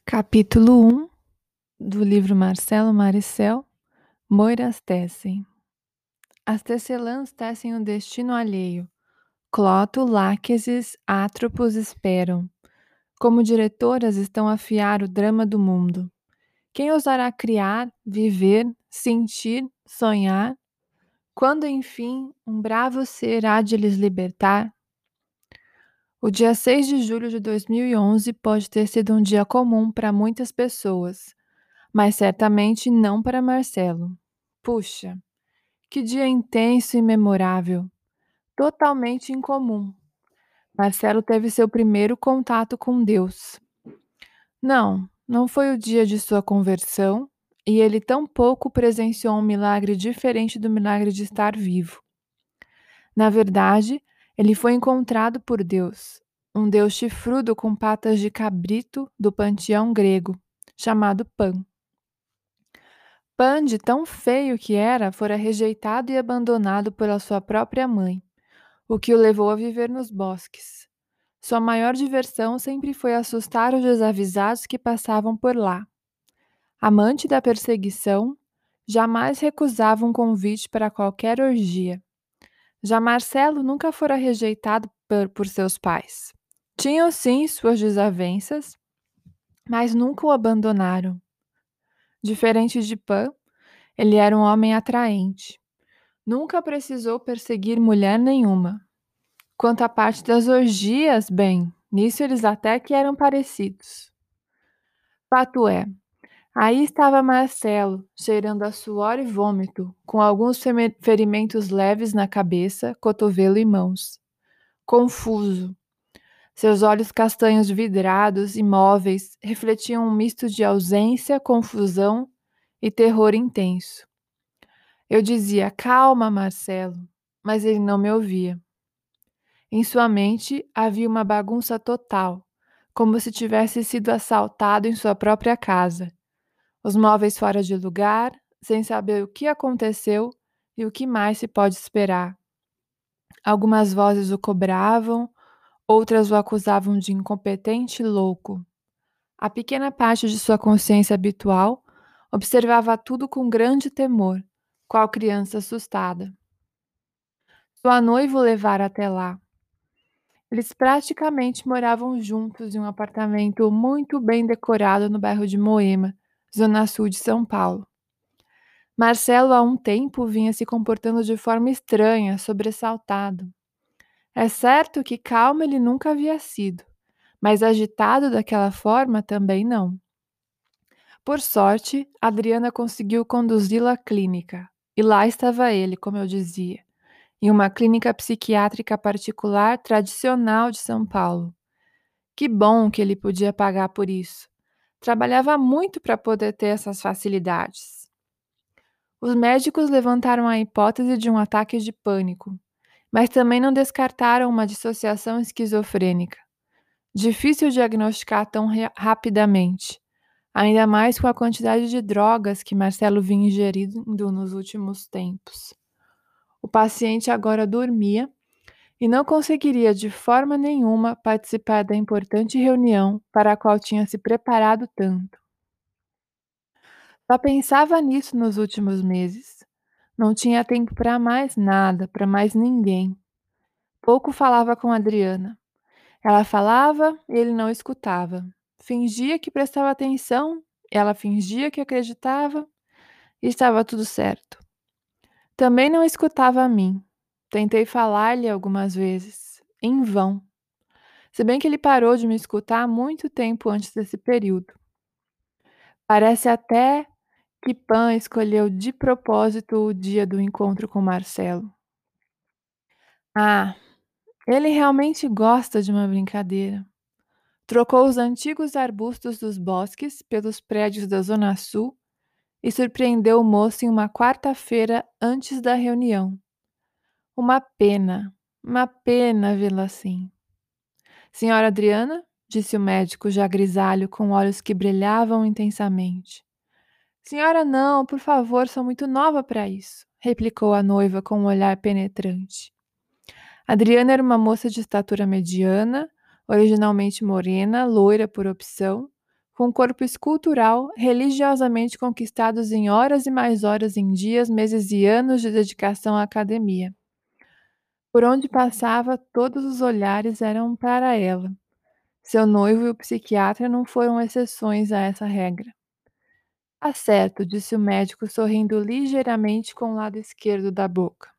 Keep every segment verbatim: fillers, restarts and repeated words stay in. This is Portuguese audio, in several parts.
Capítulo um do livro Marcelo Maricel, Moiras tecem. As tecelãs tecem um destino alheio. Cloto, Láquesis, Atropos esperam. Como diretoras estão a afiar o drama do mundo. Quem ousará criar, viver, sentir, sonhar? Quando, enfim, um bravo ser há de lhes libertar? O dia seis de julho de dois mil e onze pode ter sido um dia comum para muitas pessoas, mas certamente não para Marcelo. Puxa, que dia intenso e memorável, totalmente incomum. Marcelo teve seu primeiro contato com Deus. Não, não foi o dia de sua conversão, e ele tampouco presenciou um milagre diferente do milagre de estar vivo. Na verdade, ele foi encontrado por Deus, um Deus chifrudo com patas de cabrito do panteão grego, chamado Pan. Pan, de tão feio que era, fora rejeitado e abandonado pela sua própria mãe, o que o levou a viver nos bosques. Sua maior diversão sempre foi assustar os desavisados que passavam por lá. Amante da perseguição, jamais recusava um convite para qualquer orgia. Já Marcelo nunca fora rejeitado por, por seus pais. Tinham sim suas desavenças, mas nunca o abandonaram. Diferente de Pan, ele era um homem atraente. Nunca precisou perseguir mulher nenhuma. Quanto à parte das orgias, bem, nisso eles até que eram parecidos. Fato é, aí estava Marcelo, cheirando a suor e vômito, com alguns feme- ferimentos leves na cabeça, cotovelo e mãos. Confuso. Seus olhos castanhos vidrados, imóveis, refletiam um misto de ausência, confusão e terror intenso. Eu dizia, calma, Marcelo, mas ele não me ouvia. Em sua mente havia uma bagunça total, como se tivesse sido assaltado em sua própria casa. Os móveis fora de lugar, sem saber o que aconteceu e o que mais se pode esperar. Algumas vozes o cobravam, outras o acusavam de incompetente e louco. A pequena parte de sua consciência habitual observava tudo com grande temor, qual criança assustada. Sua noiva o levara até lá. Eles praticamente moravam juntos em um apartamento muito bem decorado no bairro de Moema, zona sul de São Paulo. Marcelo há um tempo vinha se comportando de forma estranha, sobressaltado. É certo que calmo ele nunca havia sido, mas agitado daquela forma também não. Por sorte, Adriana conseguiu conduzi-lo à clínica, e lá estava ele, como eu dizia, em uma clínica psiquiátrica particular tradicional de São Paulo. Que bom que ele podia pagar por isso. Trabalhava muito para poder ter essas facilidades. Os médicos levantaram a hipótese de um ataque de pânico, mas também não descartaram uma dissociação esquizofrênica. Difícil diagnosticar tão rapidamente, ainda mais com a quantidade de drogas que Marcelo vinha ingerindo nos últimos tempos. O paciente agora dormia e não conseguiria de forma nenhuma participar da importante reunião para a qual tinha se preparado tanto. Só pensava nisso nos últimos meses. Não tinha tempo para mais nada, para mais ninguém. Pouco falava com Adriana. Ela falava e ele não escutava. Fingia que prestava atenção, ela fingia que acreditava e estava tudo certo. Também não escutava a mim. Tentei falar-lhe algumas vezes, em vão. Se bem que ele parou de me escutar há muito tempo antes desse período. Parece até que Pan escolheu de propósito o dia do encontro com Marcelo. Ah, ele realmente gosta de uma brincadeira. Trocou os antigos arbustos dos bosques pelos prédios da Zona Sul e surpreendeu o moço em uma quarta-feira antes da reunião. Uma pena, uma pena vê-la assim. Senhora Adriana, disse o médico já grisalho com olhos que brilhavam intensamente. Senhora não, por favor, sou muito nova para isso, replicou a noiva com um olhar penetrante. Adriana era uma moça de estatura mediana, originalmente morena, loira por opção, com corpo escultural, religiosamente conquistados em horas e mais horas em dias, meses e anos de dedicação à academia. Por onde passava, todos os olhares eram para ela. Seu noivo e o psiquiatra não foram exceções a essa regra. "Tá certo", disse o médico, sorrindo ligeiramente com o lado esquerdo da boca.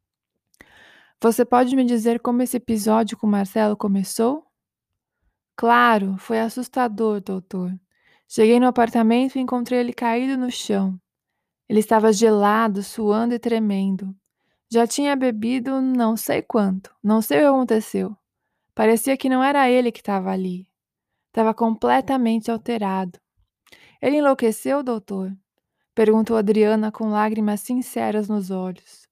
"Você pode me dizer como esse episódio com Marcelo começou?" "Claro, foi assustador, doutor. Cheguei no apartamento e encontrei ele caído no chão. Ele estava gelado, suando e tremendo. Já tinha bebido não sei quanto, não sei o que aconteceu. Parecia que não era ele que estava ali. Estava completamente alterado." "Ele enlouqueceu, doutor?" perguntou Adriana com lágrimas sinceras nos olhos.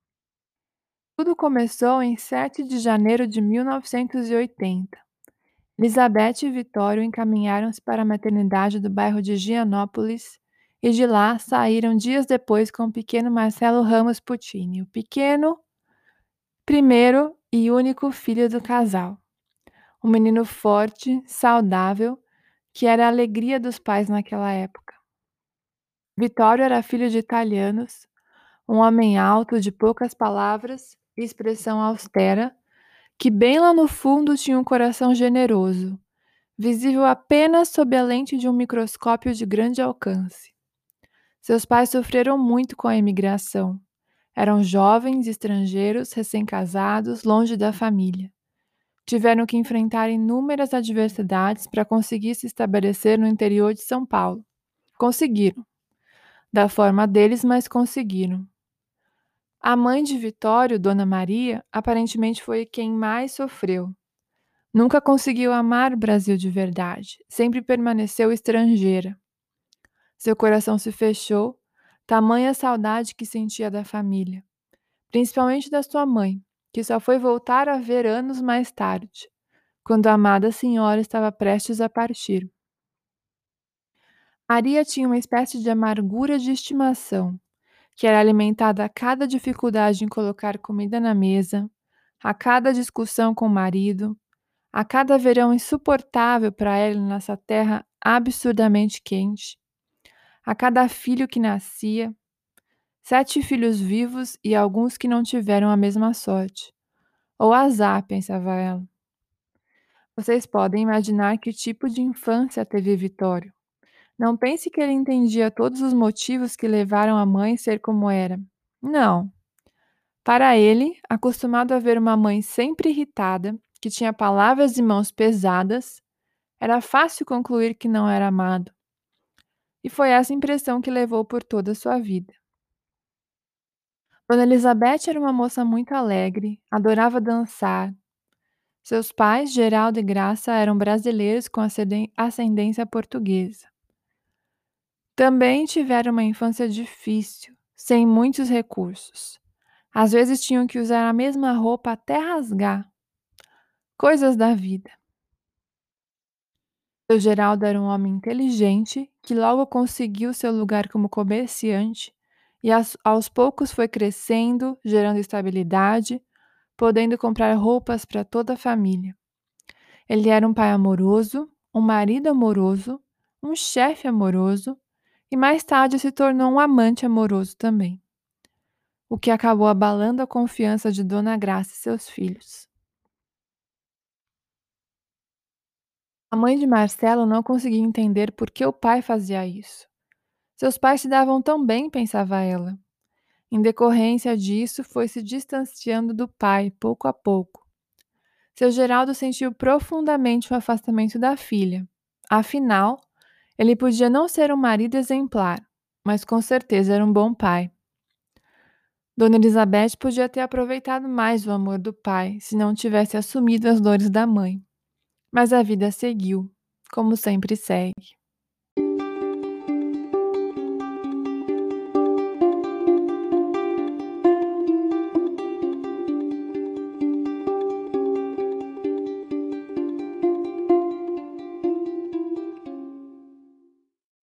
Tudo começou em sete de janeiro de mil novecentos e oitenta. Elizabeth e Vitório encaminharam-se para a maternidade do bairro de Gianópolis e de lá saíram dias depois com o pequeno Marcelo Ramos Puccini, o pequeno, primeiro e único filho do casal. Um menino forte, saudável, que era a alegria dos pais naquela época. Vitório era filho de italianos, um homem alto, de poucas palavras e expressão austera, que bem lá no fundo tinha um coração generoso, visível apenas sob a lente de um microscópio de grande alcance. Seus pais sofreram muito com a imigração. Eram jovens estrangeiros, recém-casados, longe da família. Tiveram que enfrentar inúmeras adversidades para conseguir se estabelecer no interior de São Paulo. Conseguiram. Da forma deles, mas conseguiram. A mãe de Vitório, Dona Maria, aparentemente foi quem mais sofreu. Nunca conseguiu amar o Brasil de verdade, sempre permaneceu estrangeira. Seu coração se fechou, tamanha saudade que sentia da família, principalmente da sua mãe, que só foi voltar a ver anos mais tarde, quando a amada senhora estava prestes a partir. Maria tinha uma espécie de amargura de estimação, que era alimentada a cada dificuldade em colocar comida na mesa, a cada discussão com o marido, a cada verão insuportável para ela nessa terra absurdamente quente, a cada filho que nascia, sete filhos vivos e alguns que não tiveram a mesma sorte. Ou azar, pensava ela. Vocês podem imaginar que tipo de infância teve Vitório. Não pense que ele entendia todos os motivos que levaram a mãe a ser como era. Não. Para ele, acostumado a ver uma mãe sempre irritada, que tinha palavras e mãos pesadas, era fácil concluir que não era amado. E foi essa impressão que levou por toda a sua vida. Dona Elizabeth era uma moça muito alegre, adorava dançar. Seus pais, Geraldo e Graça, eram brasileiros com ascenden- ascendência portuguesa. Também tiveram uma infância difícil, sem muitos recursos. Às vezes tinham que usar a mesma roupa até rasgar. Coisas da vida. Seu Geraldo era um homem inteligente, que logo conseguiu seu lugar como comerciante e aos, aos poucos foi crescendo, gerando estabilidade, podendo comprar roupas para toda a família. Ele era um pai amoroso, um marido amoroso, um chefe amoroso e mais tarde se tornou um amante amoroso também, o que acabou abalando a confiança de Dona Graça e seus filhos. A mãe de Marcelo não conseguia entender por que o pai fazia isso. Seus pais se davam tão bem, pensava ela. Em decorrência disso, foi se distanciando do pai, pouco a pouco. Seu Geraldo sentiu profundamente o afastamento da filha. Afinal, ele podia não ser um marido exemplar, mas com certeza era um bom pai. Dona Elizabeth podia ter aproveitado mais o amor do pai se não tivesse assumido as dores da mãe. Mas a vida seguiu, como sempre segue.